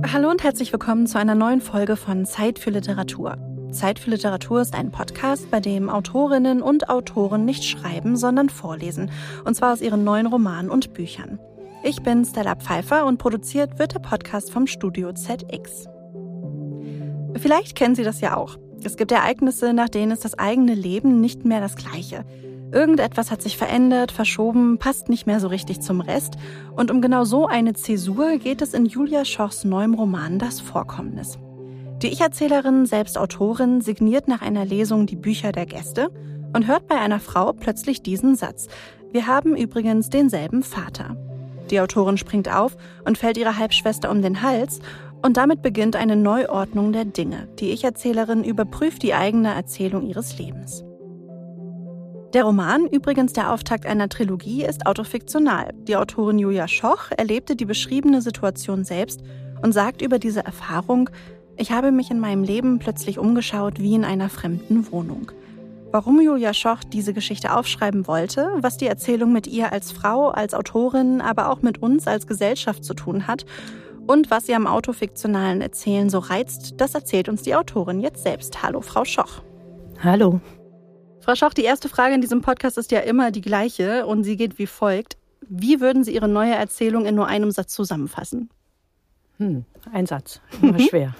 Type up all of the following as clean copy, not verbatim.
Hallo und herzlich willkommen zu einer neuen Folge von Zeit für Literatur. Zeit für Literatur ist ein Podcast, bei dem Autorinnen und Autoren nicht schreiben, sondern vorlesen. Und zwar aus ihren neuen Romanen und Büchern. Ich bin Stella Pfeiffer und produziert wird der Podcast vom Studio ZX. Vielleicht kennen Sie das ja auch. Es gibt Ereignisse, nach denen ist das eigene Leben nicht mehr das Gleiche. Irgendetwas hat sich verändert, verschoben, passt nicht mehr so richtig zum Rest. Und um genau so eine Zäsur geht es in Julia Schochs neuem Roman Das Vorkommnis. Die Ich-Erzählerin, selbst Autorin, signiert nach einer Lesung die Bücher der Gäste und hört bei einer Frau plötzlich diesen Satz: Wir haben übrigens denselben Vater. Die Autorin springt auf und fällt ihrer Halbschwester um den Hals und damit beginnt eine Neuordnung der Dinge. Die Ich-Erzählerin überprüft die eigene Erzählung ihres Lebens. Der Roman, übrigens der Auftakt einer Trilogie, ist autofiktional. Die Autorin Julia Schoch erlebte die beschriebene Situation selbst und sagt über diese Erfahrung: Ich habe mich in meinem Leben plötzlich umgeschaut wie in einer fremden Wohnung. Warum Julia Schoch diese Geschichte aufschreiben wollte, was die Erzählung mit ihr als Frau, als Autorin, aber auch mit uns als Gesellschaft zu tun hat und was sie am autofiktionalen Erzählen so reizt, das erzählt uns die Autorin jetzt selbst. Hallo, Frau Schoch. Hallo. Frau Schoch, die erste Frage in diesem Podcast ist ja immer die gleiche und sie geht wie folgt: Wie würden Sie Ihre neue Erzählung in nur einem Satz zusammenfassen? Ein Satz, immer schwer.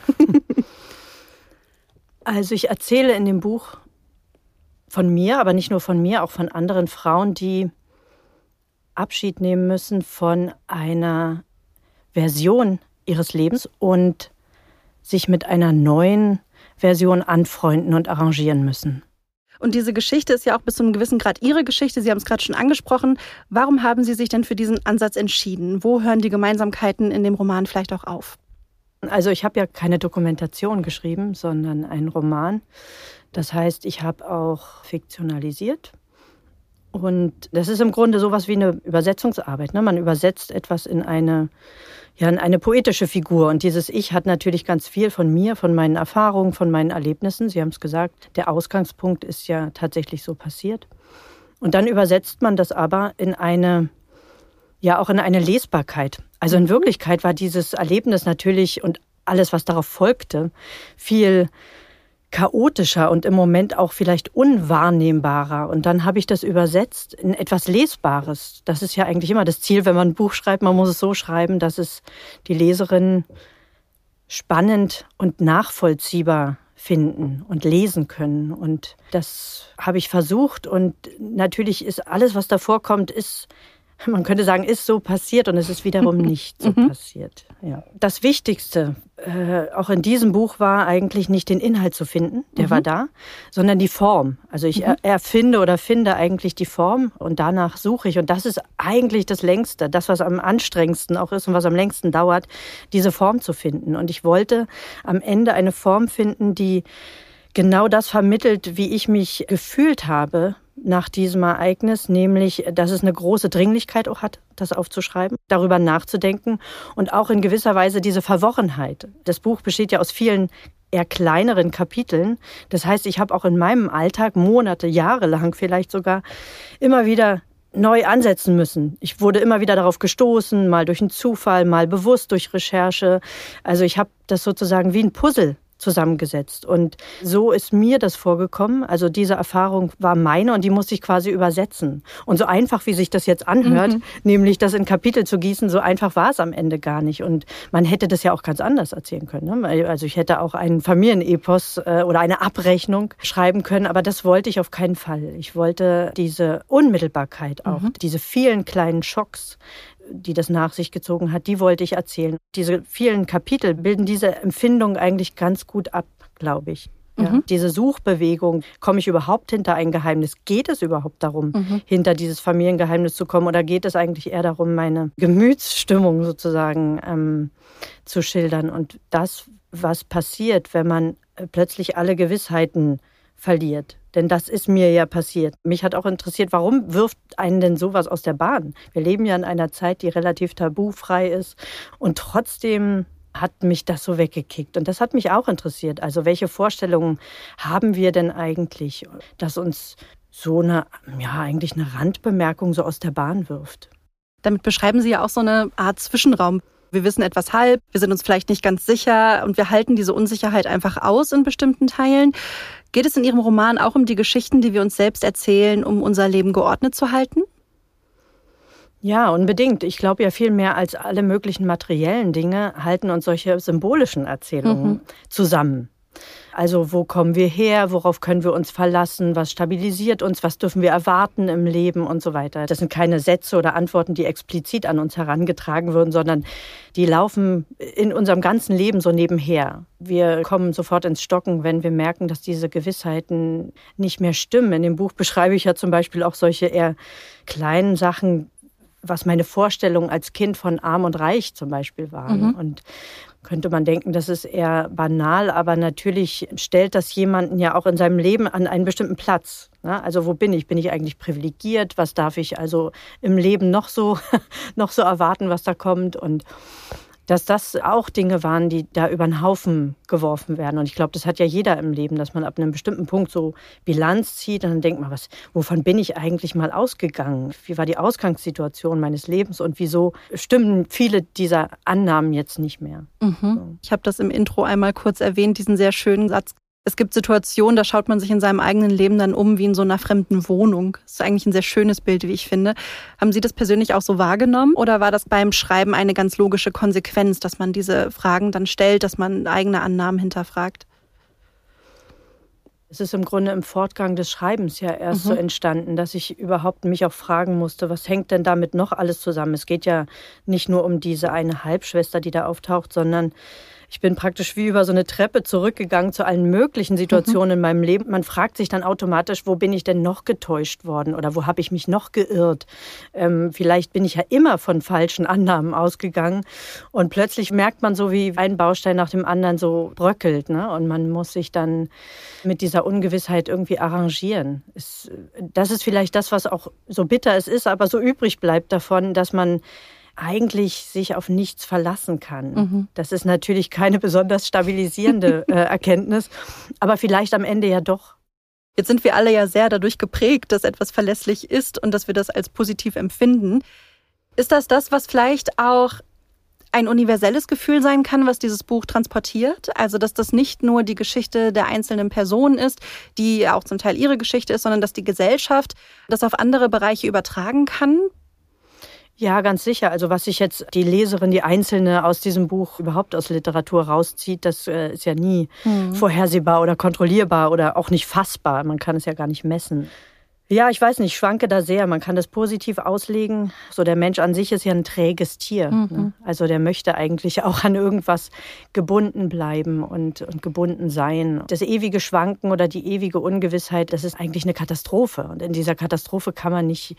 Also ich erzähle in dem Buch von mir, aber nicht nur von mir, auch von anderen Frauen, die Abschied nehmen müssen von einer Version ihres Lebens und sich mit einer neuen Version anfreunden und arrangieren müssen. Und diese Geschichte ist ja auch bis zu einem gewissen Grad Ihre Geschichte. Sie haben es gerade schon angesprochen. Warum haben Sie sich denn für diesen Ansatz entschieden? Wo hören die Gemeinsamkeiten in dem Roman vielleicht auch auf? Also ich habe ja keine Dokumentation geschrieben, sondern einen Roman. Das heißt, ich habe auch fiktionalisiert. Und das ist im Grunde sowas wie eine Übersetzungsarbeit, ne? Man übersetzt etwas in eine poetische Figur. Und dieses Ich hat natürlich ganz viel von mir, von meinen Erfahrungen, von meinen Erlebnissen. Sie haben es gesagt, der Ausgangspunkt ist ja tatsächlich so passiert. Und dann übersetzt man das aber in eine Lesbarkeit. Also in Wirklichkeit war dieses Erlebnis natürlich und alles, was darauf folgte, viel chaotischer und im Moment auch vielleicht unwahrnehmbarer. Und dann habe ich das übersetzt in etwas Lesbares. Das ist ja eigentlich immer das Ziel, wenn man ein Buch schreibt. Man muss es so schreiben, dass es die Leserinnen spannend und nachvollziehbar finden und lesen können. Und das habe ich versucht. Und natürlich ist alles, was davor kommt, man könnte sagen, ist so passiert und es ist wiederum nicht so passiert. Ja. Das Wichtigste auch in diesem Buch war eigentlich nicht den Inhalt zu finden, der war da, sondern die Form. Also ich erfinde oder finde eigentlich die Form und danach suche ich. Und das ist eigentlich das Längste, das, was am anstrengendsten auch ist und was am längsten dauert, diese Form zu finden. Und ich wollte am Ende eine Form finden, die genau das vermittelt, wie ich mich gefühlt habe nach diesem Ereignis, nämlich, dass es eine große Dringlichkeit auch hat, das aufzuschreiben, darüber nachzudenken und auch in gewisser Weise diese Verworrenheit. Das Buch besteht ja aus vielen eher kleineren Kapiteln. Das heißt, ich habe auch in meinem Alltag Monate, Jahre lang vielleicht sogar immer wieder neu ansetzen müssen. Ich wurde immer wieder darauf gestoßen, mal durch einen Zufall, mal bewusst durch Recherche. Also ich habe das sozusagen wie ein Puzzle zusammengesetzt. Und so ist mir das vorgekommen. Also diese Erfahrung war meine und die musste ich quasi übersetzen. Und so einfach, wie sich das jetzt anhört, nämlich das in Kapitel zu gießen, so einfach war es am Ende gar nicht. Und man hätte das ja auch ganz anders erzählen können, ne? Also ich hätte auch einen Familienepos oder eine Abrechnung schreiben können, aber das wollte ich auf keinen Fall. Ich wollte diese Unmittelbarkeit auch, diese vielen kleinen Schocks, die das nach sich gezogen hat, die wollte ich erzählen. Diese vielen Kapitel bilden diese Empfindung eigentlich ganz gut ab, glaube ich. Ja. Diese Suchbewegung, komme ich überhaupt hinter ein Geheimnis? Geht es überhaupt darum, hinter dieses Familiengeheimnis zu kommen? Oder geht es eigentlich eher darum, meine Gemütsstimmung sozusagen zu schildern? Und das, was passiert, wenn man plötzlich alle Gewissheiten verliert. Denn das ist mir ja passiert. Mich hat auch interessiert, warum wirft einen denn sowas aus der Bahn? Wir leben ja in einer Zeit, die relativ tabufrei ist. Und trotzdem hat mich das so weggekickt. Und das hat mich auch interessiert. Also welche Vorstellungen haben wir denn eigentlich, dass uns so eigentlich eine Randbemerkung so aus der Bahn wirft? Damit beschreiben Sie ja auch so eine Art Zwischenraum. Wir wissen etwas halb, wir sind uns vielleicht nicht ganz sicher und wir halten diese Unsicherheit einfach aus in bestimmten Teilen. Geht es in Ihrem Roman auch um die Geschichten, die wir uns selbst erzählen, um unser Leben geordnet zu halten? Ja, unbedingt. Ich glaube ja viel mehr als alle möglichen materiellen Dinge halten uns solche symbolischen Erzählungen zusammen. Also wo kommen wir her, worauf können wir uns verlassen, was stabilisiert uns, was dürfen wir erwarten im Leben und so weiter. Das sind keine Sätze oder Antworten, die explizit an uns herangetragen würden, sondern die laufen in unserem ganzen Leben so nebenher. Wir kommen sofort ins Stocken, wenn wir merken, dass diese Gewissheiten nicht mehr stimmen. In dem Buch beschreibe ich ja zum Beispiel auch solche eher kleinen Sachen, was meine Vorstellungen als Kind von arm und reich zum Beispiel waren. Und könnte man denken, das ist eher banal, aber natürlich stellt das jemanden ja auch in seinem Leben an einen bestimmten Platz. Also wo bin ich? Bin ich eigentlich privilegiert? Was darf ich also im Leben noch so erwarten, was da kommt? Und dass das auch Dinge waren, die da über den Haufen geworfen werden. Und ich glaube, das hat ja jeder im Leben, dass man ab einem bestimmten Punkt so Bilanz zieht und dann denkt man, wovon bin ich eigentlich mal ausgegangen? Wie war die Ausgangssituation meines Lebens und wieso stimmen viele dieser Annahmen jetzt nicht mehr? So. Ich habe das im Intro einmal kurz erwähnt, diesen sehr schönen Satz. Es gibt Situationen, da schaut man sich in seinem eigenen Leben dann um wie in so einer fremden Wohnung. Das ist eigentlich ein sehr schönes Bild, wie ich finde. Haben Sie das persönlich auch so wahrgenommen oder war das beim Schreiben eine ganz logische Konsequenz, dass man diese Fragen dann stellt, dass man eigene Annahmen hinterfragt? Es ist im Grunde im Fortgang des Schreibens ja erst so entstanden, dass ich überhaupt mich auch fragen musste, was hängt denn damit noch alles zusammen? Es geht ja nicht nur um diese eine Halbschwester, die da auftaucht, sondern ich bin praktisch wie über so eine Treppe zurückgegangen zu allen möglichen Situationen in meinem Leben. Man fragt sich dann automatisch, wo bin ich denn noch getäuscht worden oder wo habe ich mich noch geirrt? Vielleicht bin ich ja immer von falschen Annahmen ausgegangen und plötzlich merkt man so, wie ein Baustein nach dem anderen so bröckelt, ne? Und man muss sich dann mit dieser Ungewissheit irgendwie arrangieren. Das ist vielleicht das, was auch so bitter es ist, aber so übrig bleibt davon, dass man eigentlich sich auf nichts verlassen kann. Das ist natürlich keine besonders stabilisierende Erkenntnis, aber vielleicht am Ende ja doch. Jetzt sind wir alle ja sehr dadurch geprägt, dass etwas verlässlich ist und dass wir das als positiv empfinden. Ist das, was vielleicht auch ein universelles Gefühl sein kann, was dieses Buch transportiert? Also, dass das nicht nur die Geschichte der einzelnen Personen ist, die auch zum Teil ihre Geschichte ist, sondern dass die Gesellschaft das auf andere Bereiche übertragen kann? Ja, ganz sicher. Also was sich jetzt die Leserin, die Einzelne aus diesem Buch überhaupt aus Literatur rauszieht, das ist ja nie vorhersehbar oder kontrollierbar oder auch nicht fassbar. Man kann es ja gar nicht messen. Ja, ich weiß nicht, ich schwanke da sehr. Man kann das positiv auslegen. So, der Mensch an sich ist ja ein träges Tier. Ne? Also der möchte eigentlich auch an irgendwas gebunden bleiben und gebunden sein. Das ewige Schwanken oder die ewige Ungewissheit, das ist eigentlich eine Katastrophe. Und in dieser Katastrophe kann man nicht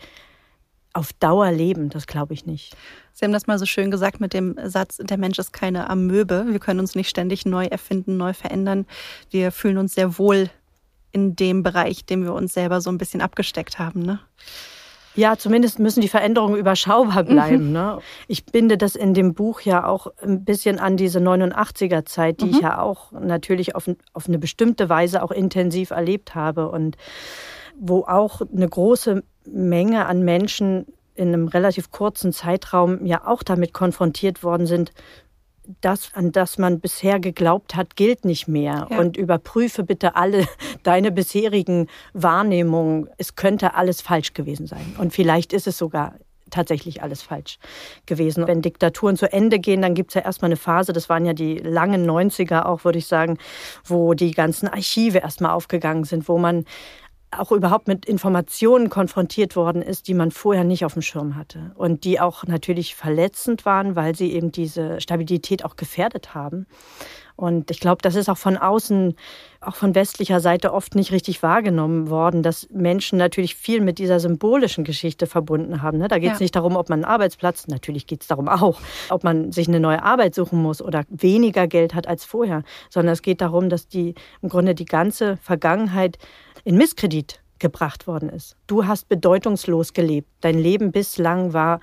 auf Dauer leben, das glaube ich nicht. Sie haben das mal so schön gesagt mit dem Satz, der Mensch ist keine Amöbe. Wir können uns nicht ständig neu erfinden, neu verändern. Wir fühlen uns sehr wohl in dem Bereich, den wir uns selber so ein bisschen abgesteckt haben, ne? Ja, zumindest müssen die Veränderungen überschaubar bleiben. Ne? Ich binde das in dem Buch ja auch ein bisschen an diese 89er-Zeit, die ich ja auch natürlich auf eine bestimmte Weise auch intensiv erlebt habe und wo auch eine große Menge an Menschen in einem relativ kurzen Zeitraum ja auch damit konfrontiert worden sind, das, an das man bisher geglaubt hat, gilt nicht mehr. Ja. Und überprüfe bitte alle deine bisherigen Wahrnehmungen. Es könnte alles falsch gewesen sein. Und vielleicht ist es sogar tatsächlich alles falsch gewesen. Wenn Diktaturen zu Ende gehen, dann gibt es ja erstmal eine Phase, das waren ja die langen 90er auch, würde ich sagen, wo die ganzen Archive erstmal aufgegangen sind, wo man auch überhaupt mit Informationen konfrontiert worden ist, die man vorher nicht auf dem Schirm hatte. Und die auch natürlich verletzend waren, weil sie eben diese Stabilität auch gefährdet haben. Und ich glaube, das ist auch von außen, auch von westlicher Seite oft nicht richtig wahrgenommen worden, dass Menschen natürlich viel mit dieser symbolischen Geschichte verbunden haben. Da geht es nicht darum, ob man einen Arbeitsplatz, natürlich geht es darum auch, ob man sich eine neue Arbeit suchen muss oder weniger Geld hat als vorher, sondern es geht darum, dass im Grunde die ganze Vergangenheit in Misskredit gebracht worden ist. Du hast bedeutungslos gelebt. Dein Leben bislang war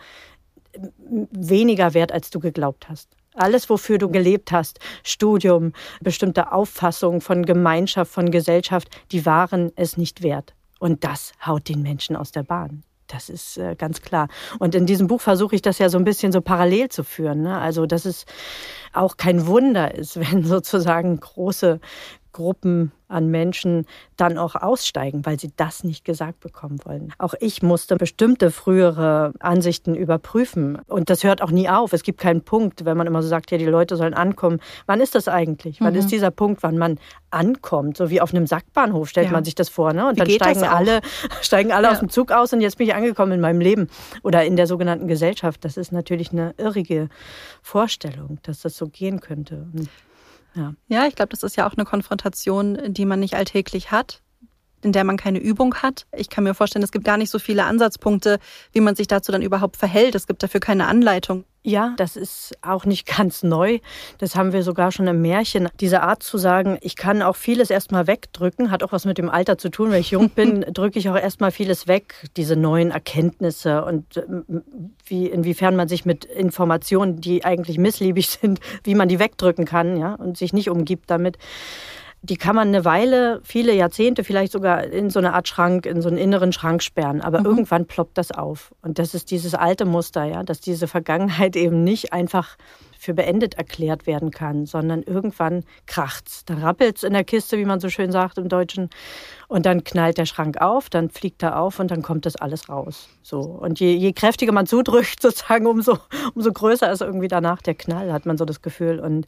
weniger wert, als du geglaubt hast. Alles, wofür du gelebt hast, Studium, bestimmte Auffassungen von Gemeinschaft, von Gesellschaft, die waren es nicht wert. Und das haut den Menschen aus der Bahn. Das ist ganz klar. Und in diesem Buch versuche ich das ja so ein bisschen so parallel zu führen, ne? Also, dass es auch kein Wunder ist, wenn sozusagen große Gruppen an Menschen dann auch aussteigen, weil sie das nicht gesagt bekommen wollen. Auch ich musste bestimmte frühere Ansichten überprüfen. Und das hört auch nie auf. Es gibt keinen Punkt, wenn man immer so sagt, ja, die Leute sollen ankommen. Wann ist das eigentlich? Wann ist dieser Punkt, wann man ankommt? So wie auf einem Sackbahnhof stellt man sich das vor. Ne? Und dann steigen alle aus dem Zug aus und jetzt bin ich angekommen in meinem Leben oder in der sogenannten Gesellschaft. Das ist natürlich eine irrige Vorstellung, dass das so gehen könnte. Ja, ich glaube, das ist ja auch eine Konfrontation, die man nicht alltäglich hat, in der man keine Übung hat. Ich kann mir vorstellen, es gibt gar nicht so viele Ansatzpunkte, wie man sich dazu dann überhaupt verhält. Es gibt dafür keine Anleitung. Ja, das ist auch nicht ganz neu. Das haben wir sogar schon im Märchen. Diese Art zu sagen, ich kann auch vieles erstmal wegdrücken, hat auch was mit dem Alter zu tun. Wenn ich jung bin, drücke ich auch erstmal vieles weg, diese neuen Erkenntnisse und inwiefern man sich mit Informationen, die eigentlich missliebig sind, wie man die wegdrücken kann, ja, und sich nicht umgibt damit. Die kann man eine Weile, viele Jahrzehnte vielleicht sogar in so eine Art Schrank, in so einen inneren Schrank sperren. Aber irgendwann ploppt das auf. Und das ist dieses alte Muster, ja, dass diese Vergangenheit eben nicht einfach für beendet erklärt werden kann, sondern irgendwann kracht's. Dann rappelt's in der Kiste, wie man so schön sagt im Deutschen. Und dann knallt der Schrank auf, dann fliegt er auf und dann kommt das alles raus. So. Und je kräftiger man zudrückt, sozusagen, umso größer ist irgendwie danach der Knall, hat man so das Gefühl. Und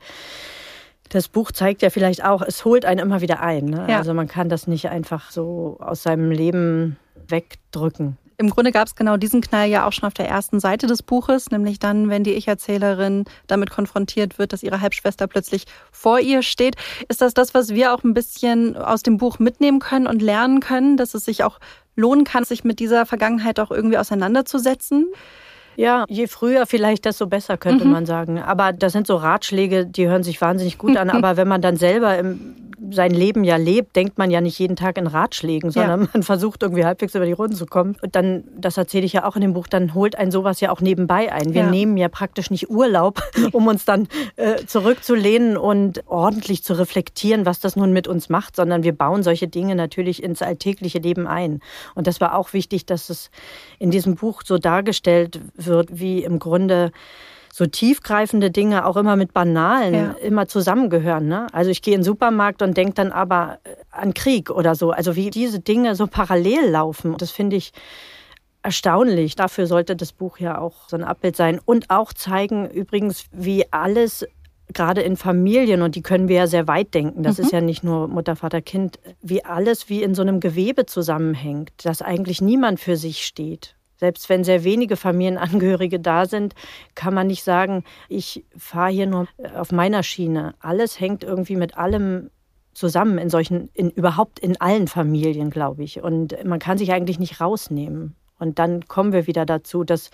das Buch zeigt ja vielleicht auch, es holt einen immer wieder ein. Ne? Ja. Also man kann das nicht einfach so aus seinem Leben wegdrücken. Im Grunde gab es genau diesen Knall ja auch schon auf der ersten Seite des Buches, nämlich dann, wenn die Ich-Erzählerin damit konfrontiert wird, dass ihre Halbschwester plötzlich vor ihr steht. Ist das, was wir auch ein bisschen aus dem Buch mitnehmen können und lernen können, dass es sich auch lohnen kann, sich mit dieser Vergangenheit auch irgendwie auseinanderzusetzen? Ja, je früher vielleicht, desto besser, könnte man sagen. Aber das sind so Ratschläge, die hören sich wahnsinnig gut an. Aber wenn man dann selber sein Leben ja lebt, denkt man ja nicht jeden Tag in Ratschlägen, sondern man versucht irgendwie halbwegs über die Runden zu kommen. Und dann, das erzähle ich ja auch in dem Buch, dann holt einen sowas ja auch nebenbei ein. Wir nehmen ja praktisch nicht Urlaub, um uns dann zurückzulehnen und ordentlich zu reflektieren, was das nun mit uns macht, sondern wir bauen solche Dinge natürlich ins alltägliche Leben ein. Und das war auch wichtig, dass es in diesem Buch so dargestellt wird, wie im Grunde so tiefgreifende Dinge auch immer mit banalen immer zusammengehören. Ne? Also ich gehe in den Supermarkt und denke dann aber an Krieg oder so. Also wie diese Dinge so parallel laufen. Das finde ich erstaunlich. Dafür sollte das Buch ja auch so ein Abbild sein. Und auch zeigen übrigens, wie alles gerade in Familien, und die können wir ja sehr weit denken, das ist ja nicht nur Mutter, Vater, Kind, wie alles wie in so einem Gewebe zusammenhängt, dass eigentlich niemand für sich steht. Selbst wenn sehr wenige Familienangehörige da sind, kann man nicht sagen, ich fahre hier nur auf meiner Schiene. Alles hängt irgendwie mit allem zusammen, überhaupt in allen Familien, glaube ich. Und man kann sich eigentlich nicht rausnehmen. Und dann kommen wir wieder dazu, dass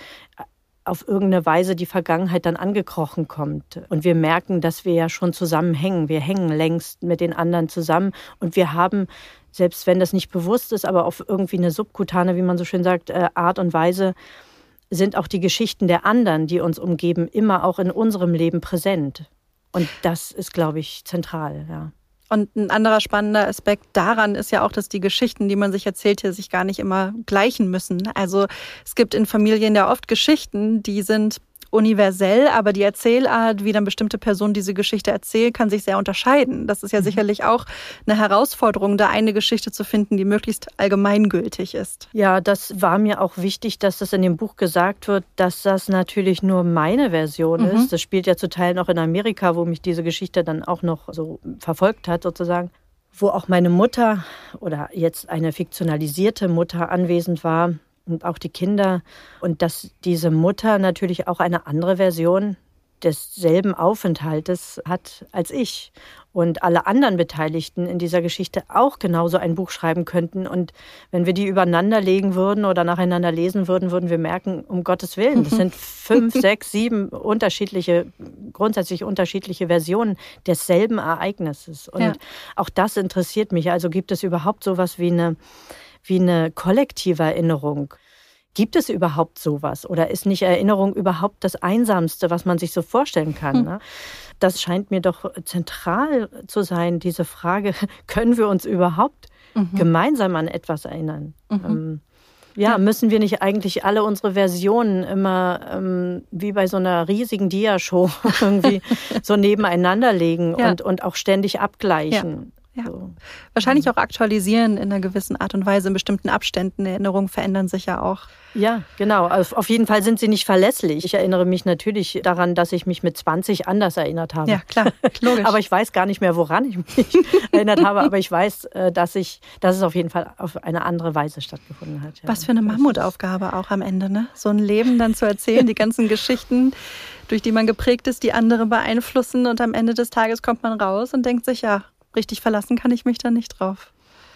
auf irgendeine Weise die Vergangenheit dann angekrochen kommt. Und wir merken, dass wir ja schon zusammenhängen. Wir hängen längst mit den anderen zusammen. Und wir haben, selbst wenn das nicht bewusst ist, aber auf irgendwie eine subkutane, wie man so schön sagt, Art und Weise, sind auch die Geschichten der anderen, die uns umgeben, immer auch in unserem Leben präsent. Und das ist, glaube ich, zentral, ja. Und ein anderer spannender Aspekt daran ist ja auch, dass die Geschichten, die man sich erzählt, hier sich gar nicht immer gleichen müssen. Also es gibt in Familien ja oft Geschichten, die sind universell, aber die Erzählart, wie dann bestimmte Personen diese Geschichte erzählen, kann sich sehr unterscheiden. Das ist ja sicherlich auch eine Herausforderung, da eine Geschichte zu finden, die möglichst allgemeingültig ist. Ja, das war mir auch wichtig, dass das in dem Buch gesagt wird, dass das natürlich nur meine Version ist. Das spielt ja zu Teilen auch in Amerika, wo mich diese Geschichte dann auch noch so verfolgt hat, sozusagen. Wo auch meine Mutter oder jetzt eine fiktionalisierte Mutter anwesend war. Und auch die Kinder. Und dass diese Mutter natürlich auch eine andere Version desselben Aufenthaltes hat als ich. Und alle anderen Beteiligten in dieser Geschichte auch genauso ein Buch schreiben könnten. Und wenn wir die übereinander legen würden oder nacheinander lesen würden, würden wir merken, um Gottes Willen, das sind 5, 6, 7 grundsätzlich unterschiedliche Versionen desselben Ereignisses. Und auch das interessiert mich. Also gibt es überhaupt sowas wie eine kollektive Erinnerung. Gibt es überhaupt sowas? Oder ist nicht Erinnerung überhaupt das Einsamste, was man sich so vorstellen kann? Ne? Das scheint mir doch zentral zu sein, diese Frage, können wir uns überhaupt gemeinsam an etwas erinnern? Ja, müssen wir nicht eigentlich alle unsere Versionen immer wie bei so einer riesigen Diashow irgendwie so nebeneinander legen und auch ständig abgleichen? Ja. So. Wahrscheinlich auch aktualisieren in einer gewissen Art und Weise, in bestimmten Abständen. Erinnerungen verändern sich ja auch. Ja, genau. Auf jeden Fall sind sie nicht verlässlich. Ich erinnere mich natürlich daran, dass ich mich mit 20 anders erinnert habe. Ja, klar, logisch. Aber ich weiß gar nicht mehr, woran ich mich erinnert habe. Aber ich weiß, dass es auf jeden Fall auf eine andere Weise stattgefunden hat. Ja. Was für eine Mammutaufgabe auch am Ende, ne? So ein Leben dann zu erzählen, die ganzen Geschichten, durch die man geprägt ist, die andere beeinflussen. Und am Ende des Tages kommt man raus und denkt sich, ja, richtig verlassen kann ich mich da nicht drauf.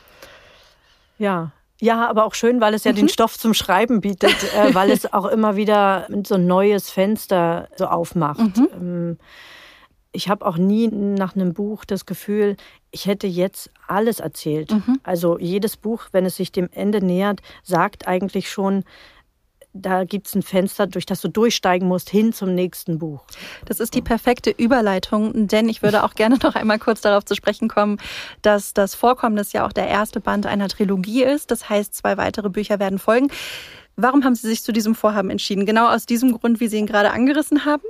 Ja, aber auch schön, weil es ja den Stoff zum Schreiben bietet, weil es auch immer wieder so ein neues Fenster so aufmacht. Ich habe auch nie nach einem Buch das Gefühl, ich hätte jetzt alles erzählt. Also jedes Buch, wenn es sich dem Ende nähert, sagt eigentlich schon, da gibt es ein Fenster, durch das du durchsteigen musst, hin zum nächsten Buch. Das ist die perfekte Überleitung, denn ich würde auch gerne noch einmal kurz darauf zu sprechen kommen, dass das Vorkommnis ja auch der erste Band einer Trilogie ist. Das heißt, 2 weitere Bücher werden folgen. Warum haben Sie sich zu diesem Vorhaben entschieden? Genau aus diesem Grund, wie Sie ihn gerade angerissen haben?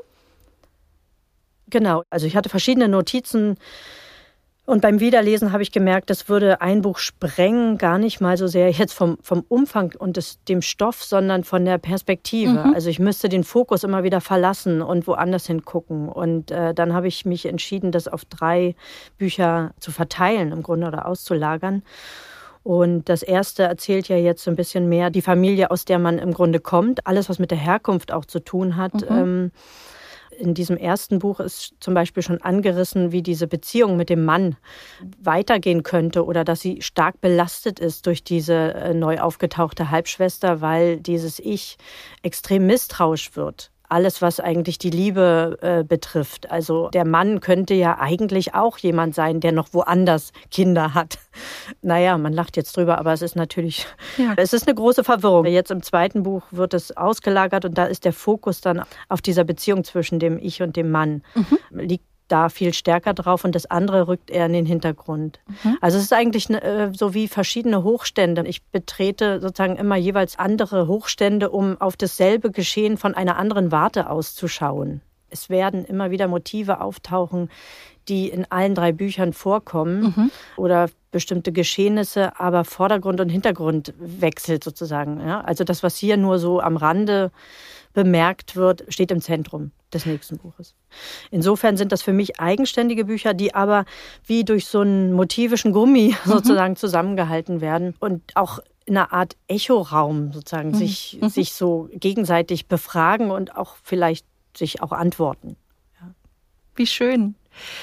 Genau, also ich hatte verschiedene Notizen. Und beim Wiederlesen habe ich gemerkt, das würde ein Buch sprengen, gar nicht mal so sehr jetzt vom Umfang und dem Stoff, sondern von der Perspektive. Also ich müsste den Fokus immer wieder verlassen und woanders hingucken. Und dann habe ich mich entschieden, das auf 3 Bücher zu verteilen im Grunde oder auszulagern. Und das erste erzählt ja jetzt so ein bisschen mehr die Familie, aus der man im Grunde kommt. Alles, was mit der Herkunft auch zu tun hat. In diesem ersten Buch ist zum Beispiel schon angerissen, wie diese Beziehung mit dem Mann weitergehen könnte oder dass sie stark belastet ist durch diese neu aufgetauchte Halbschwester, weil dieses Ich extrem misstrauisch wird. Alles, was eigentlich die Liebe betrifft. Also der Mann könnte ja eigentlich auch jemand sein, der noch woanders Kinder hat. Naja, man lacht jetzt drüber, aber es ist natürlich, es ist eine große Verwirrung. Jetzt im zweiten Buch wird es ausgelagert und da ist der Fokus dann auf dieser Beziehung zwischen dem Ich und dem Mann. Liegt da viel stärker drauf und das andere rückt eher in den Hintergrund. Also es ist eigentlich so wie verschiedene Hochstände. Ich betrete sozusagen immer jeweils andere Hochstände, um auf dasselbe Geschehen von einer anderen Warte auszuschauen. Es werden immer wieder Motive auftauchen, die in allen 3 Büchern vorkommen oder bestimmte Geschehnisse, aber Vordergrund und Hintergrund wechselt sozusagen. Ja? Also das, was hier nur so am Rande bemerkt wird, steht im Zentrum des nächsten Buches. Insofern sind das für mich eigenständige Bücher, die aber wie durch so einen motivischen Gummi sozusagen zusammengehalten werden und auch in einer Art Echoraum sozusagen sich so gegenseitig befragen und auch vielleicht sich auch antworten. Ja. Wie schön.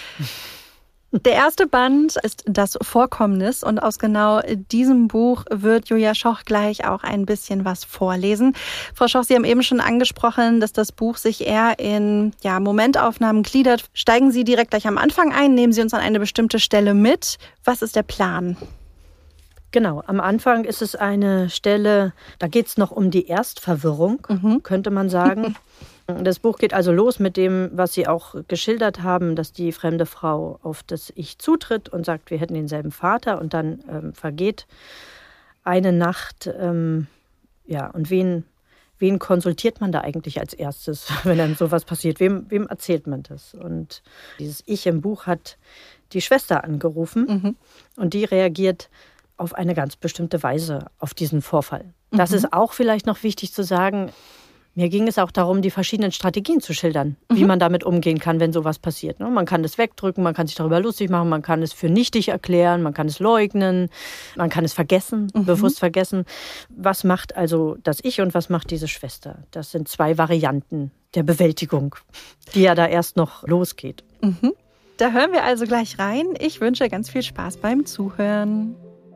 Der erste Band ist das Vorkommnis und aus genau diesem Buch wird Julia Schoch gleich auch ein bisschen was vorlesen. Frau Schoch, Sie haben eben schon angesprochen, dass das Buch sich eher in Momentaufnahmen gliedert. Steigen Sie direkt gleich am Anfang ein, nehmen Sie uns an eine bestimmte Stelle mit. Was ist der Plan? Genau, am Anfang ist es eine Stelle, da geht es noch um die Erstverwirrung, könnte man sagen. Das Buch geht also los mit dem, was Sie auch geschildert haben, dass die fremde Frau auf das Ich zutritt und sagt, wir hätten denselben Vater und dann vergeht eine Nacht. Und wen konsultiert man da eigentlich als erstes, wenn dann sowas passiert? Wem erzählt man das? Und dieses Ich im Buch hat die Schwester angerufen und die reagiert auf eine ganz bestimmte Weise auf diesen Vorfall. Das ist auch vielleicht noch wichtig zu sagen. Mir ging es auch darum, die verschiedenen Strategien zu schildern, wie man damit umgehen kann, wenn sowas passiert. Man kann das wegdrücken, man kann sich darüber lustig machen, man kann es für nichtig erklären, man kann es leugnen, man kann es vergessen, bewusst vergessen. Was macht also das Ich und was macht diese Schwester? Das sind 2 Varianten der Bewältigung, die ja da erst noch losgeht. Da hören wir also gleich rein. Ich wünsche ganz viel Spaß beim Zuhören.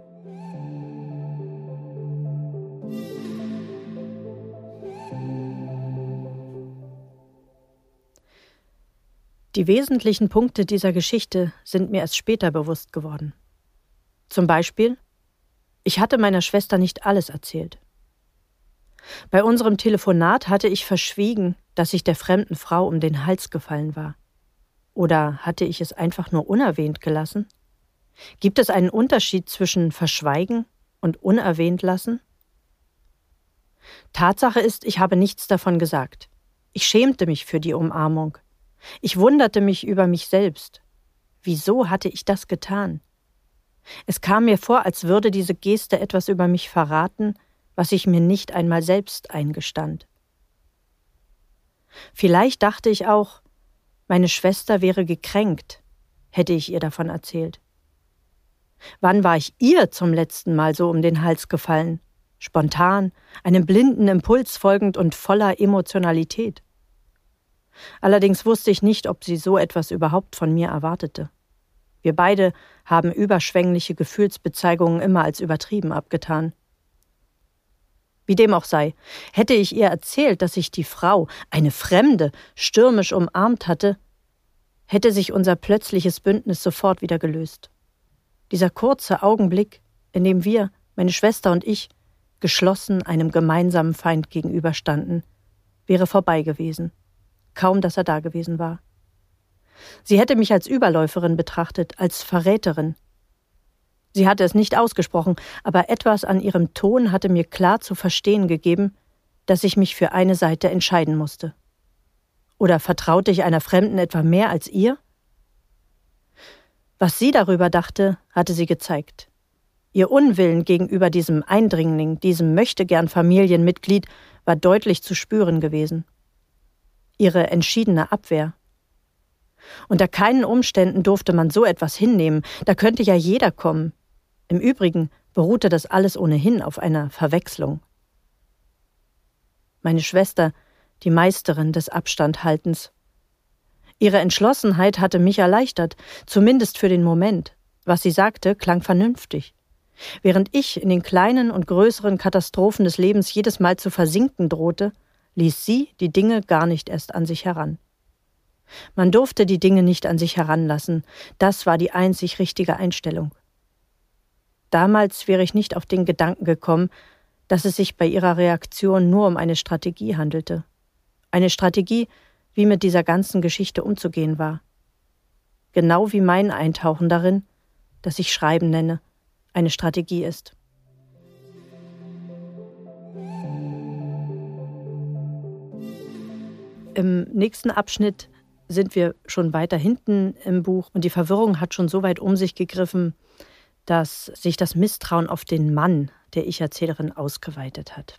Die wesentlichen Punkte dieser Geschichte sind mir erst später bewusst geworden. Zum Beispiel, ich hatte meiner Schwester nicht alles erzählt. Bei unserem Telefonat hatte ich verschwiegen, dass ich der fremden Frau um den Hals gefallen war. Oder hatte ich es einfach nur unerwähnt gelassen? Gibt es einen Unterschied zwischen verschweigen und unerwähnt lassen? Tatsache ist, ich habe nichts davon gesagt. Ich schämte mich für die Umarmung. Ich wunderte mich über mich selbst. Wieso hatte ich das getan? Es kam mir vor, als würde diese Geste etwas über mich verraten, was ich mir nicht einmal selbst eingestand. Vielleicht dachte ich auch, meine Schwester wäre gekränkt, hätte ich ihr davon erzählt. Wann war ich ihr zum letzten Mal so um den Hals gefallen? Spontan, einem blinden Impuls folgend und voller Emotionalität. Allerdings wusste ich nicht, ob sie so etwas überhaupt von mir erwartete. Wir beide haben überschwängliche Gefühlsbezeigungen immer als übertrieben abgetan. Wie dem auch sei, hätte ich ihr erzählt, dass ich die Frau, eine Fremde, stürmisch umarmt hatte, hätte sich unser plötzliches Bündnis sofort wieder gelöst. Dieser kurze Augenblick, in dem wir, meine Schwester und ich, geschlossen einem gemeinsamen Feind gegenüberstanden, wäre vorbei gewesen. Kaum, dass er da gewesen war. Sie hätte mich als Überläuferin betrachtet, als Verräterin. Sie hatte es nicht ausgesprochen, aber etwas an ihrem Ton hatte mir klar zu verstehen gegeben, dass ich mich für eine Seite entscheiden musste. Oder vertraute ich einer Fremden etwa mehr als ihr? Was sie darüber dachte, hatte sie gezeigt. Ihr Unwillen gegenüber diesem Eindringling, diesem Möchtegern-Familienmitglied, war deutlich zu spüren gewesen. Ihre entschiedene Abwehr. Unter keinen Umständen durfte man so etwas hinnehmen, da könnte ja jeder kommen. Im Übrigen beruhte das alles ohnehin auf einer Verwechslung. Meine Schwester, die Meisterin des Abstandhaltens. Ihre Entschlossenheit hatte mich erleichtert, zumindest für den Moment. Was sie sagte, klang vernünftig. Während ich in den kleinen und größeren Katastrophen des Lebens jedes Mal zu versinken drohte, ließ sie die Dinge gar nicht erst an sich heran. Man durfte die Dinge nicht an sich heranlassen, das war die einzig richtige Einstellung. Damals wäre ich nicht auf den Gedanken gekommen, dass es sich bei ihrer Reaktion nur um eine Strategie handelte. Eine Strategie, wie mit dieser ganzen Geschichte umzugehen war. Genau wie mein Eintauchen darin, das ich Schreiben nenne, eine Strategie ist. Im nächsten Abschnitt sind wir schon weiter hinten im Buch und die Verwirrung hat schon so weit um sich gegriffen, dass sich das Misstrauen auf den Mann der Ich-Erzählerin ausgeweitet hat.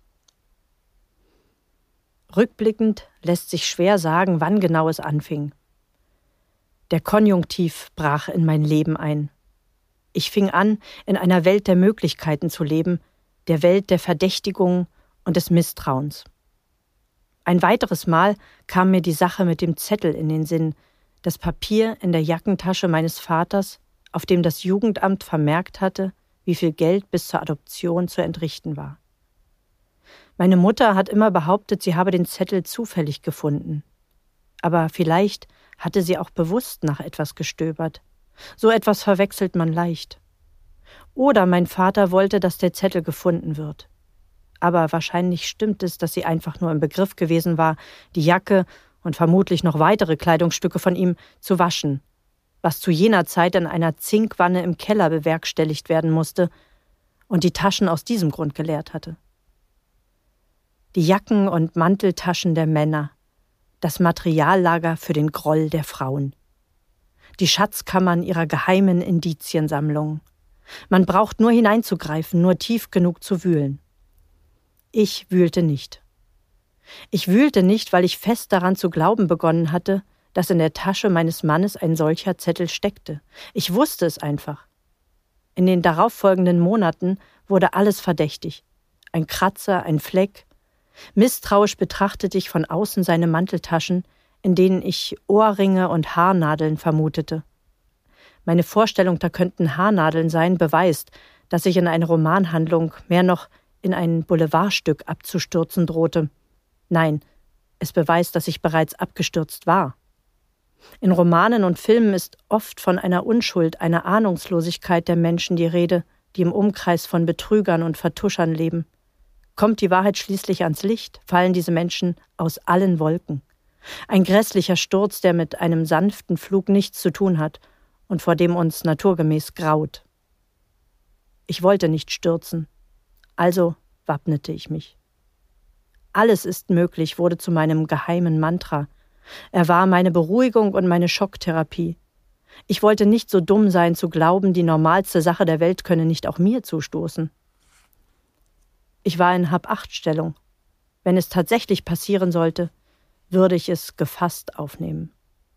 Rückblickend lässt sich schwer sagen, wann genau es anfing. Der Konjunktiv brach in mein Leben ein. Ich fing an, in einer Welt der Möglichkeiten zu leben, der Welt der Verdächtigung und des Misstrauens. Ein weiteres Mal kam mir die Sache mit dem Zettel in den Sinn, das Papier in der Jackentasche meines Vaters, auf dem das Jugendamt vermerkt hatte, wie viel Geld bis zur Adoption zu entrichten war. Meine Mutter hat immer behauptet, sie habe den Zettel zufällig gefunden. Aber vielleicht hatte sie auch bewusst nach etwas gestöbert. So etwas verwechselt man leicht. Oder mein Vater wollte, dass der Zettel gefunden wird. Aber wahrscheinlich stimmt es, dass sie einfach nur im Begriff gewesen war, die Jacke und vermutlich noch weitere Kleidungsstücke von ihm zu waschen, was zu jener Zeit in einer Zinkwanne im Keller bewerkstelligt werden musste und die Taschen aus diesem Grund geleert hatte. Die Jacken und Manteltaschen der Männer, das Materiallager für den Groll der Frauen, die Schatzkammern ihrer geheimen Indiziensammlung. Man braucht nur hineinzugreifen, nur tief genug zu wühlen. Ich wühlte nicht. Ich wühlte nicht, weil ich fest daran zu glauben begonnen hatte, dass in der Tasche meines Mannes ein solcher Zettel steckte. Ich wusste es einfach. In den darauffolgenden Monaten wurde alles verdächtig. Ein Kratzer, ein Fleck. Misstrauisch betrachtete ich von außen seine Manteltaschen, in denen ich Ohrringe und Haarnadeln vermutete. Meine Vorstellung, da könnten Haarnadeln sein, beweist, dass ich in eine Romanhandlung, mehr noch in ein Boulevardstück abzustürzen drohte. Nein, es beweist, dass ich bereits abgestürzt war. In Romanen und Filmen ist oft von einer Unschuld, einer Ahnungslosigkeit der Menschen die Rede, die im Umkreis von Betrügern und Vertuschern leben. Kommt die Wahrheit schließlich ans Licht, fallen diese Menschen aus allen Wolken. Ein grässlicher Sturz, der mit einem sanften Flug nichts zu tun hat und vor dem uns naturgemäß graut. Ich wollte nicht stürzen, also wappnete ich mich. Alles ist möglich wurde zu meinem geheimen Mantra. Er war meine Beruhigung und meine Schocktherapie. Ich wollte nicht so dumm sein, zu glauben, die normalste Sache der Welt könne nicht auch mir zustoßen. Ich war in Hab-Acht-Stellung. Wenn es tatsächlich passieren sollte, würde ich es gefasst aufnehmen.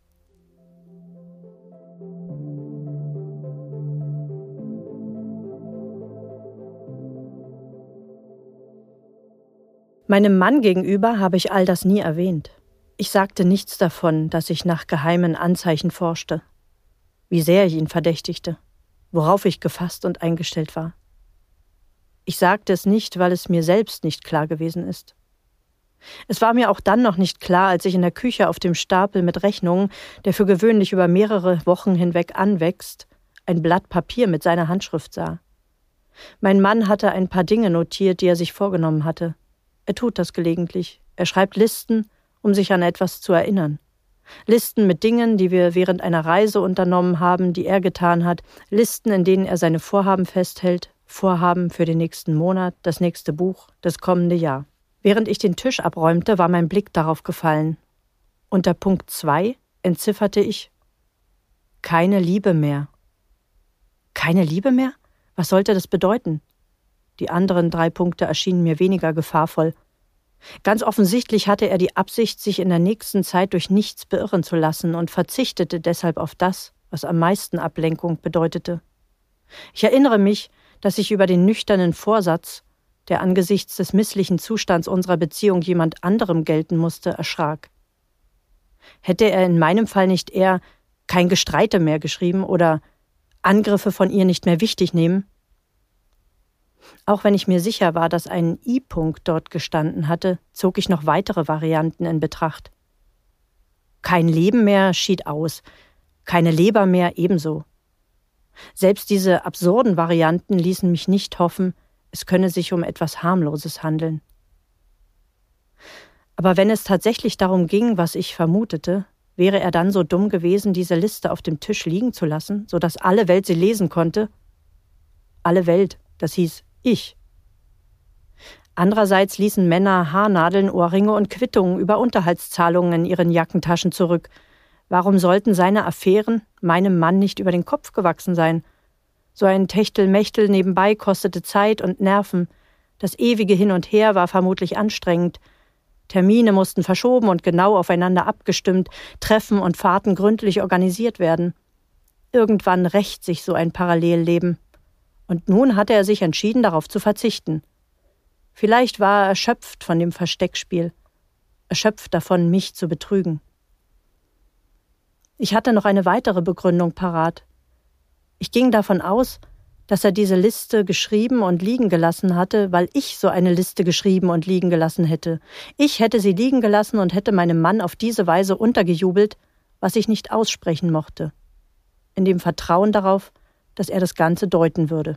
Meinem Mann gegenüber habe ich all das nie erwähnt. Ich sagte nichts davon, dass ich nach geheimen Anzeichen forschte, wie sehr ich ihn verdächtigte, worauf ich gefasst und eingestellt war. Ich sagte es nicht, weil es mir selbst nicht klar gewesen ist. Es war mir auch dann noch nicht klar, als ich in der Küche auf dem Stapel mit Rechnungen, der für gewöhnlich über mehrere Wochen hinweg anwächst, ein Blatt Papier mit seiner Handschrift sah. Mein Mann hatte ein paar Dinge notiert, die er sich vorgenommen hatte. Er tut das gelegentlich. Er schreibt Listen, um sich an etwas zu erinnern. Listen mit Dingen, die wir während einer Reise unternommen haben, die er getan hat. Listen, in denen er seine Vorhaben festhält. Vorhaben für den nächsten Monat, das nächste Buch, das kommende Jahr. Während ich den Tisch abräumte, war mein Blick darauf gefallen. Unter Punkt 2 entzifferte ich: keine Liebe mehr. Keine Liebe mehr? Was sollte das bedeuten? Die anderen 3 Punkte erschienen mir weniger gefahrvoll. Ganz offensichtlich hatte er die Absicht, sich in der nächsten Zeit durch nichts beirren zu lassen und verzichtete deshalb auf das, was am meisten Ablenkung bedeutete. Ich erinnere mich, dass ich über den nüchternen Vorsatz, der angesichts des misslichen Zustands unserer Beziehung jemand anderem gelten musste, erschrak. Hätte er in meinem Fall nicht eher kein Gestreite mehr geschrieben oder Angriffe von ihr nicht mehr wichtig nehmen? Auch wenn ich mir sicher war, dass ein I-Punkt dort gestanden hatte, zog ich noch weitere Varianten in Betracht. Kein Leben mehr schied aus, keine Leber mehr ebenso. Selbst diese absurden Varianten ließen mich nicht hoffen, es könne sich um etwas Harmloses handeln. Aber wenn es tatsächlich darum ging, was ich vermutete, wäre er dann so dumm gewesen, diese Liste auf dem Tisch liegen zu lassen, sodass alle Welt sie lesen konnte? Alle Welt, das hieß ich. Andererseits ließen Männer Haarnadeln, Ohrringe und Quittungen über Unterhaltszahlungen in ihren Jackentaschen zurück. Warum sollten seine Affären meinem Mann nicht über den Kopf gewachsen sein? So ein Techtelmechtel nebenbei kostete Zeit und Nerven. Das ewige Hin und Her war vermutlich anstrengend. Termine mussten verschoben und genau aufeinander abgestimmt, Treffen und Fahrten gründlich organisiert werden. Irgendwann rächt sich so ein Parallelleben. Und nun hatte er sich entschieden, darauf zu verzichten. Vielleicht war er erschöpft von dem Versteckspiel, erschöpft davon, mich zu betrügen. Ich hatte noch eine weitere Begründung parat. Ich ging davon aus, dass er diese Liste geschrieben und liegen gelassen hatte, weil ich so eine Liste geschrieben und liegen gelassen hätte. Ich hätte sie liegen gelassen und hätte meinem Mann auf diese Weise untergejubelt, was ich nicht aussprechen mochte, in dem Vertrauen darauf, dass er das Ganze deuten würde.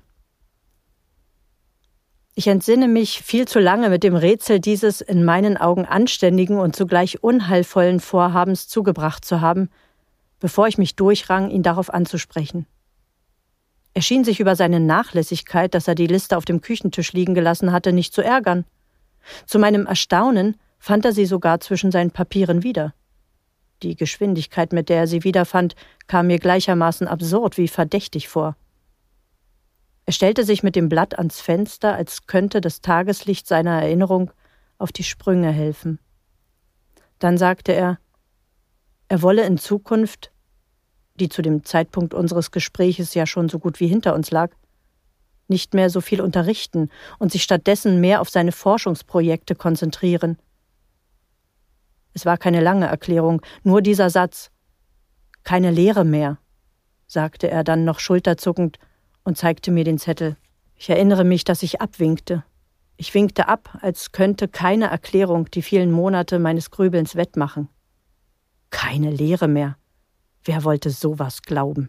Ich entsinne mich viel zu lange mit dem Rätsel dieses in meinen Augen anständigen und zugleich unheilvollen Vorhabens zugebracht zu haben, bevor ich mich durchrang, ihn darauf anzusprechen. Er schien sich über seine Nachlässigkeit, dass er die Liste auf dem Küchentisch liegen gelassen hatte, nicht zu ärgern. Zu meinem Erstaunen fand er sie sogar zwischen seinen Papieren wieder. Die Geschwindigkeit, mit der er sie wiederfand, kam mir gleichermaßen absurd wie verdächtig vor. Er stellte sich mit dem Blatt ans Fenster, als könnte das Tageslicht seiner Erinnerung auf die Sprünge helfen. Dann sagte er wolle in Zukunft, die zu dem Zeitpunkt unseres Gespräches ja schon so gut wie hinter uns lag, nicht mehr so viel unterrichten und sich stattdessen mehr auf seine Forschungsprojekte konzentrieren. Es war keine lange Erklärung, nur dieser Satz. Keine Lehre mehr, sagte er dann noch schulterzuckend und zeigte mir den Zettel. Ich erinnere mich, dass ich abwinkte. Ich winkte ab, als könnte keine Erklärung die vielen Monate meines Grübelns wettmachen. Keine Lehre mehr. Wer wollte sowas glauben?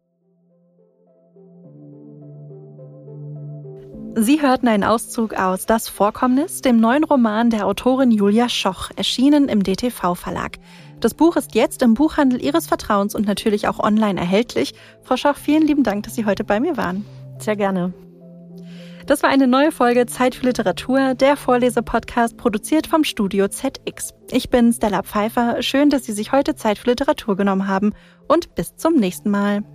Sie hörten einen Auszug aus Das Vorkommnis, dem neuen Roman der Autorin Julia Schoch, erschienen im DTV-Verlag. Das Buch ist jetzt im Buchhandel Ihres Vertrauens und natürlich auch online erhältlich. Frau Schoch, vielen lieben Dank, dass Sie heute bei mir waren. Sehr gerne. Das war eine neue Folge Zeit für Literatur, der Vorlese-Podcast, produziert vom Studio ZX. Ich bin Stella Pfeiffer. Schön, dass Sie sich heute Zeit für Literatur genommen haben und bis zum nächsten Mal.